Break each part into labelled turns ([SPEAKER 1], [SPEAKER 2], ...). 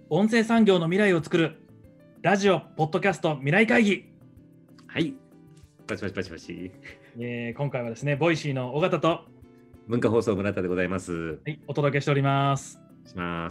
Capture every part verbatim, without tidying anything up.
[SPEAKER 1] 音声産業の未来を作るラジオポッドキャスト未来会議。
[SPEAKER 2] はい、パチパチパチパチ、
[SPEAKER 1] えー、今回はですね、ボイシーの尾形と
[SPEAKER 2] 文化放送村田でございます。
[SPEAKER 1] はい、お届けしております。
[SPEAKER 2] します。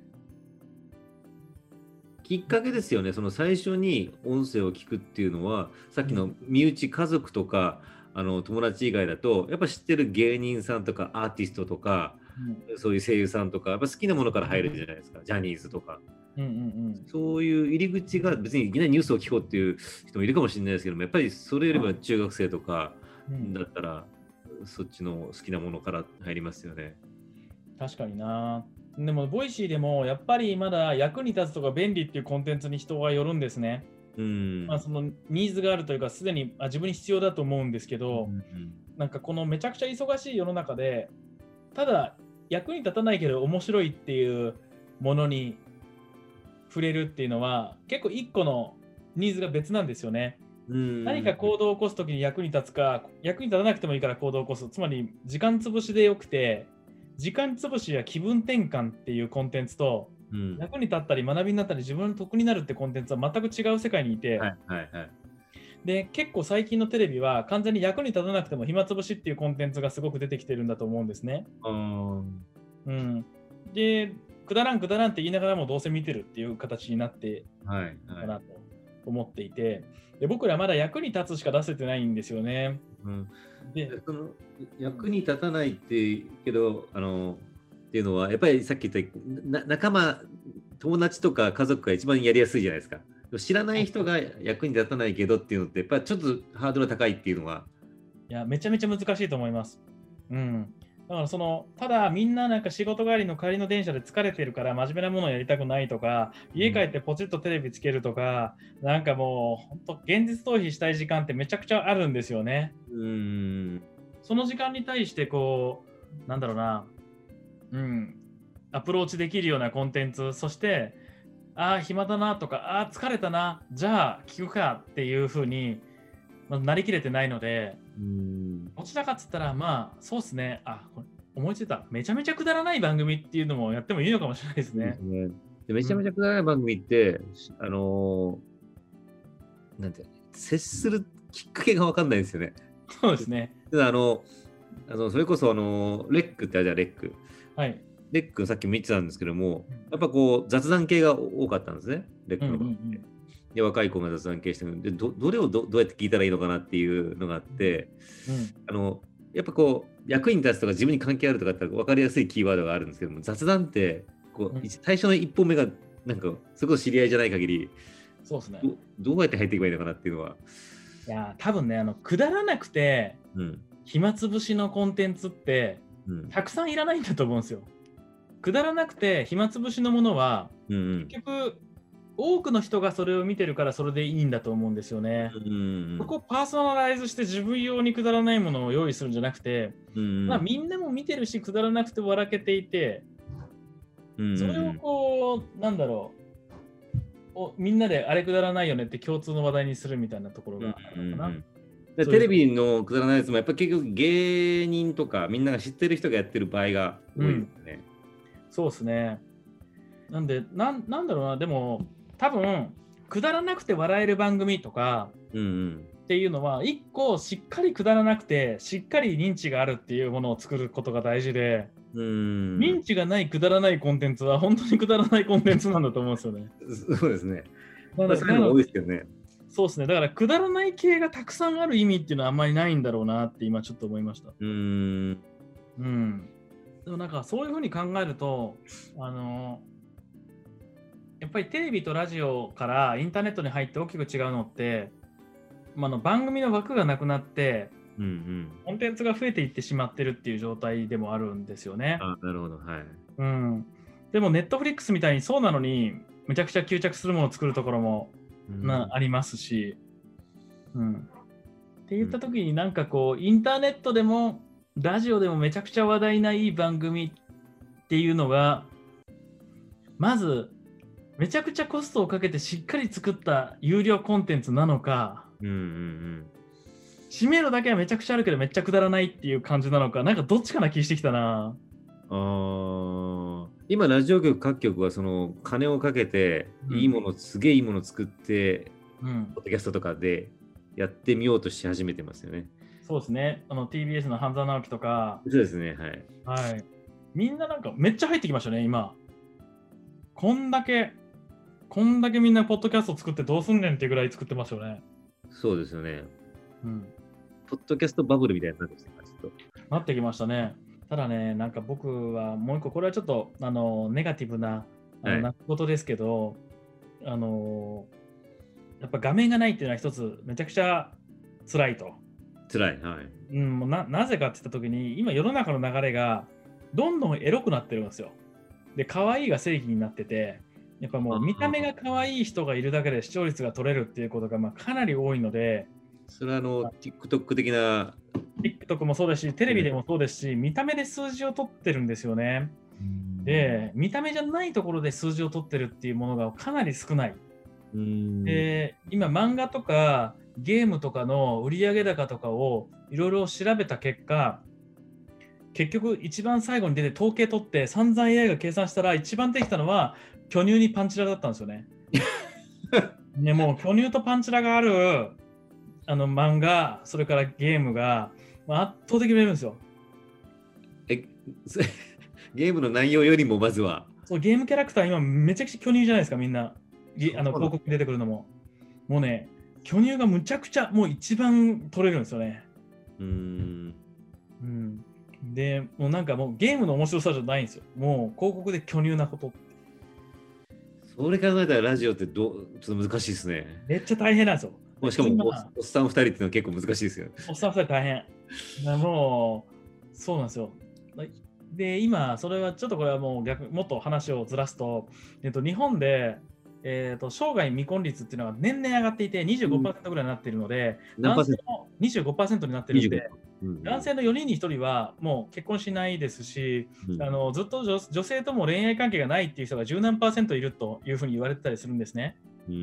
[SPEAKER 2] きっかけですよね。その最初に音声を聞くっていうのは、さっきの身内家族とか、あの友達以外だとやっぱ知ってる芸人さんとかアーティストとか、うん、そういう声優さんとかやっぱ好きなものから入るじゃないですか。ジャニーズとか、うんうんうん、そういう入り口が別にいきなりニュースを聞こうっていう人もいるかもしれないですけども、やっぱりそれよりは中学生とかだったら、うん、そっちの好きなものから入りますよね。
[SPEAKER 1] 確かにな。でもボイシーでもやっぱりまだ役に立つとか便利っていうコンテンツに人はよるんですね。うんまあ、そのニーズがあるというかすでにあ自分に必要だと思うんですけど、うんうん、なんかこのめちゃくちゃ忙しい世の中でただ役に立たないけど面白いっていうものに触れるっていうのは結構一個のニーズが別なんですよね。うん何か行動を起こすときに役に立つか役に立たなくてもいいから行動を起こす、つまり時間潰しでよくて時間潰しや気分転換っていうコンテンツと、うん、役に立ったり学びになったり自分の得になるってコンテンツは全く違う世界にいて、はいはいはい、で結構最近のテレビは完全に役に立たなくても暇つぶしっていうコンテンツがすごく出てきてるんだと思うんですね。うん、でくだらんくだらんって言いながらもどうせ見てるっていう形になってるかなと思っていて、はいはい、で僕らまだ役に立つしか出せてないんですよね。うん
[SPEAKER 2] でその役に立たないってけどあのっていうのはやっぱりさっき言ったな仲間友達とか家族が一番やりやすいじゃないですか。知らない人が役に立たないけどっていうのってやっぱりちょっとハードルが高いっていうのは、
[SPEAKER 1] いやめちゃめちゃ難しいと思います。うん。だからそのただみんななんか仕事帰りの帰りの電車で疲れてるから真面目なものをやりたくないとか、家帰ってポチッとテレビつけるとか、うん、なんかもう本当現実逃避したい時間ってめちゃくちゃあるんですよね。うんその時間に対してこうなんだろうな、うんアプローチできるようなコンテンツ、そしてああ暇だなとかああ疲れたなじゃあ聞くかっていう風に、まあ、なりきれてないので、うんどちらかっつったらまあそうですね、あ思いついた、めちゃめちゃくだらない番組っていうのもやってもいいのかもしれないですね。
[SPEAKER 2] ですね。でめちゃめちゃくだらない番組って、うん、あのー、なんて接するきっかけが分かんないですよね。
[SPEAKER 1] そうですね。
[SPEAKER 2] あのあのそれこそあのレックってあるじゃん、レック。はい。レックさっきも言ってたんですけども、やっぱこう雑談系が多かったんですね、レックの場合って。うんうんうん、で若い子が雑談系してるんで ど, どれを ど, どうやって聞いたらいいのかなっていうのがあって、うん、あのやっぱこう役に立つとか自分に関係あるとかって分かりやすいキーワードがあるんですけども、雑談ってこう、うん、最初の一歩目がなんかそれこそ知り合いじゃない限り、
[SPEAKER 1] そうですね、
[SPEAKER 2] ど, どうやって入っていけばいいのかなっていうのは。
[SPEAKER 1] いや多分ね、あのくだらなくて、うん、暇つぶしのコンテンツって、うん、たくさんいらないんだと思うんですよ。くだらなくて暇つぶしのものは、うんうん、結局多くの人がそれを見てるからそれでいいんだと思うんですよね。うんうん、そこをパーソナライズして自分用にくだらないものを用意するんじゃなくて、うんうんまあ、みんなも見てるしくだらなくて笑けていて、うんうん、それをこうなんだろうおみんなであれくだらないよねって共通の話題にするみたいなところがあるのかな。うんうん
[SPEAKER 2] でテレビのくだらないやつもやっぱり結局芸人とかみんなが知ってる人がやってる場合が多いですね。うん、
[SPEAKER 1] そうですね。なんでな ん, なんだろうな、でも多分くだらなくて笑える番組とか、うんうん、っていうのは一個しっかりくだらなくてしっかり認知があるっていうものを作ることが大事で、うん認知がないくだらないコンテンツは本当にくだらないコンテンツなんだと思うんですよね。
[SPEAKER 2] そうですね。まあ、そういうの多いですけどね。
[SPEAKER 1] そうですね。だからくだらない系がたくさんある意味っていうのはあんまりないんだろうなって今ちょっと思いました。うーん。うん。でもなんかそういうふうに考えると、あのやっぱりテレビとラジオからインターネットに入って大きく違うのって、まあ、の番組の枠がなくなって、うんうん、コンテンツが増えていってしまってるっていう状態でもあるんですよね。
[SPEAKER 2] あ、なるほど、はい。
[SPEAKER 1] うん。でもネットフリックスみたいにそうなのにめちゃくちゃ吸着するものを作るところもなありますし、うん、って言った時になんかこうインターネットでもラジオでもめちゃくちゃ話題ないい番組っていうのがまずめちゃくちゃコストをかけてしっかり作った有料コンテンツなのか、うんうんうん、知名度だけはめちゃくちゃあるけどめっちゃくだらないっていう感じなのか、なんかどっちかな気してきたな。
[SPEAKER 2] あ今、ラジオ局各局はその金をかけて、いいもの、うん、すげえいいものを作って、うん、ポッドキャストとかでやってみようとし始めてますよね。
[SPEAKER 1] そうですね。あの ティービーエス の半沢直樹とか。
[SPEAKER 2] そうですね。はい。
[SPEAKER 1] はい。みんななんかめっちゃ入ってきましたね、今。こんだけ、こんだけみんなポッドキャスト作ってどうすんねんっていうぐらい作ってますよね。
[SPEAKER 2] そうですよね。
[SPEAKER 1] うん。
[SPEAKER 2] ポッドキャストバブルみたいになってきました。
[SPEAKER 1] なってきましたね。ただね、なんか僕はもう一個、これはちょっとあのネガティブなあの、はい、なことですけど、あのやっぱ画面がないっていうのは一つめちゃくちゃ辛いと。
[SPEAKER 2] 辛い、はい。
[SPEAKER 1] うん、もう な, なぜかって言ったときに、今世の中の流れがどんどんエロくなってるんですよ。で、可愛いが正義になってて、やっぱもう見た目が可愛い人がいるだけで視聴率が取れるっていうことがまあかなり多いので、
[SPEAKER 2] それはあの TikTok 的な
[SPEAKER 1] TikTok もそうですし、テレビでもそうですし、見た目で数字を取ってるんですよね。で、見た目じゃないところで数字を取ってるっていうものがかなり少ない。で、今漫画とかゲームとかの売上高とかをいろいろ調べた結果、結局一番最後に出て統計取って散々 エーアイ が計算したら一番できたのは巨乳にパンチラだったんですよね。ね、もう巨乳とパンチラがあるあの漫画、それからゲームが圧倒的に売れるんですよ。
[SPEAKER 2] えゲームの内容よりもまずは
[SPEAKER 1] そう、ゲームキャラクター今めちゃくちゃ巨乳じゃないですか、みんな。あの広告に出てくるのも。もうね、巨乳がむちゃくちゃもう一番取れるんですよね。
[SPEAKER 2] うーん。
[SPEAKER 1] うん。で、もうなんかもうゲームの面白さじゃないんですよ。もう広告で巨乳なこと。
[SPEAKER 2] それ考えたらラジオってどうちょっと難しいですね。
[SPEAKER 1] めっちゃ大変なんですよ。
[SPEAKER 2] もうしかもおっさんふたりっていうのは結構難しいですよね。
[SPEAKER 1] おっさんふたり大変。もう、そうなんですよ。で、今、それはちょっとこれはもう逆、もっと話をずらすと、えっと、日本で、えー、と生涯未婚率っていうのが年々上がっていて にじゅうごパーセント ぐらいになっているので、うん、男性も にじゅうごパーセント になっているので、うん、男性のよにんにひとりはもう結婚しないですし、うん、あのずっと 女, 女性とも恋愛関係がないっていう人がじゅうなんパーセントいるというふうに言われてたりするんですね。
[SPEAKER 2] うん、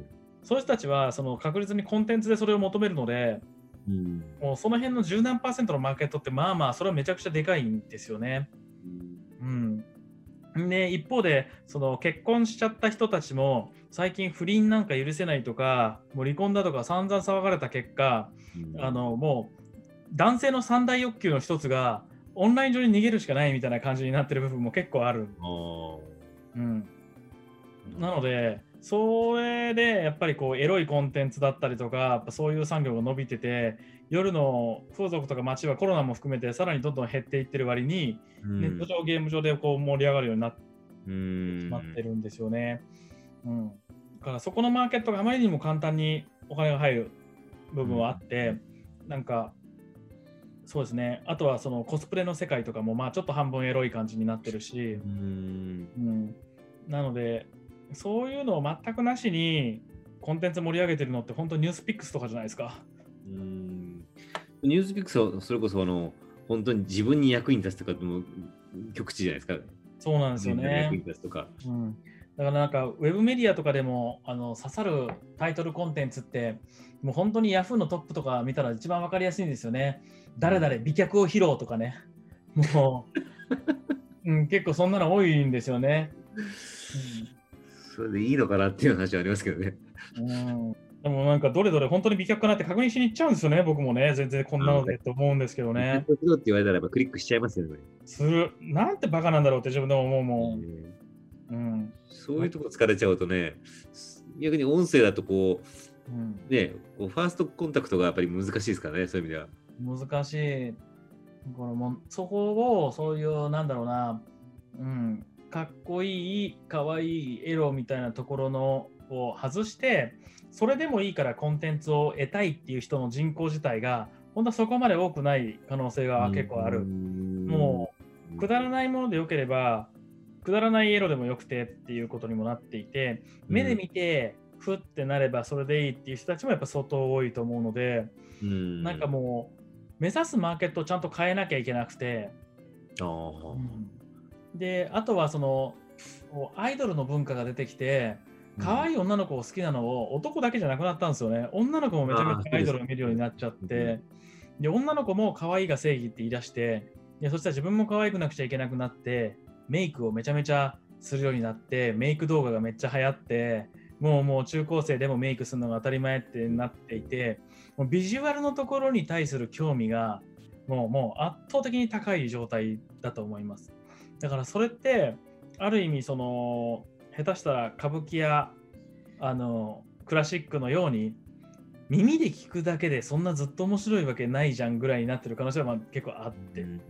[SPEAKER 1] そういう人たちはその確実にコンテンツでそれを求めるので、うん、もうその辺のじゅうなんパーセントのマーケットってまあまあそれはめちゃくちゃでかいんですよね。うんうん、で一方でその結婚しちゃった人たちも最近不倫なんか許せないとかもう離婚だとか散々騒がれた結果、うん、あのもう男性の三大欲求の一つがオンライン上に逃げるしかないみたいな感じになってる部分も結構ある。うん、なのでそれでやっぱりこうエロいコンテンツだったりとかやっぱそういう産業が伸びてて夜の風俗とか街はコロナも含めてさらにどんどん減っていってる割に、うん、ネット上ゲーム上でこう盛り上がるようになってしまってるんですよね。うん、だからそこのマーケットがあまりにも簡単にお金が入る部分はあって、うん、なんかそうですね。あとはそのコスプレの世界とかもまあちょっと半分エロい感じになってるし、うん、うん、なのでそういうのを全くなしにコンテンツ盛り上げてるのって本当にニュースピックスとかじゃないですか。
[SPEAKER 2] うーんニュースピックスはそれこそあの本当に自分に役に立つとかも極致じゃないですか。
[SPEAKER 1] そうなんですよね。
[SPEAKER 2] 役に立つとか、
[SPEAKER 1] うん、だからなんかウェブメディアとかでもあの刺さるタイトルコンテンツってもう本当にヤフーのトップとか見たら一番わかりやすいんですよね。誰々美脚を披露とかね。もう、うん、結構そんなの多いんですよね。うん
[SPEAKER 2] それでいいのかなっていう話はありますけどね。
[SPEAKER 1] うん、でもなんかどれどれ本当に美脚かなって確認しに行っちゃうんですよね、僕もね。全然こんなのでと思うんですけどね。
[SPEAKER 2] 美脚って言われたらやっぱクリックしちゃいますよね。
[SPEAKER 1] する。なんてバカなんだろうって自分でも思うもん。
[SPEAKER 2] えーうん、そういうとこ疲れちゃうとね、逆に音声だとこう、うん、ね、こうファーストコンタクトがやっぱり難しいですからね、そういう意味では。
[SPEAKER 1] 難しい。このもそこをそういうなんだろうな、うん。かっこいい、かわいいエロみたいなところのを外して、それでもいいからコンテンツを得たいっていう人の人口自体が、本当はそこまで多くない可能性が結構ある。もう、くだらないものでよければ、くだらないエロでもよくてっていうことにもなっていて、目で見て、ふってなればそれでいいっていう人たちもやっぱ相当多いと思うので、んなんかもう、目指すマーケットをちゃんと変えなきゃいけなくて、
[SPEAKER 2] あー
[SPEAKER 1] うんであとはそのアイドルの文化が出てきて可愛い女の子を好きなのを男だけじゃなくなったんですよね。女の子もめちゃめちゃアイドルを見るようになっちゃって、で女の子も可愛いが正義って言い出して、でそしたら自分も可愛くなくちゃいけなくなってメイクをめちゃめちゃするようになって、メイク動画がめっちゃ流行って、もうもう中高生でもメイクするのが当たり前ってなっていて、もうビジュアルのところに対する興味がもうもう圧倒的に高い状態だと思います。だからそれってある意味その下手したら歌舞伎やあのクラシックのように耳で聞くだけでそんなずっと面白いわけないじゃんぐらいになってる可能性はまあ結構あって、うんうん、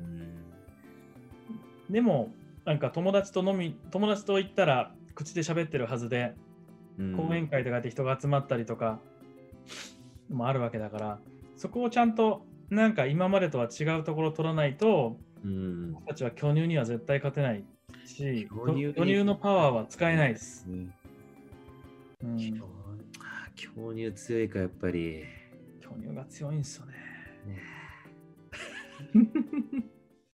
[SPEAKER 1] でもなんか友達と飲み友達と行ったら口で喋ってるはずで、うん、講演会とかで人が集まったりとかもあるわけだから、そこをちゃんとなんか今までとは違うところを取らないと、うん、僕たちは巨乳には絶対勝てないし、巨乳、巨乳のパワーは使えないです。うん
[SPEAKER 2] うん、巨乳強いか、やっぱり。
[SPEAKER 1] 巨乳が強いんですよね。ね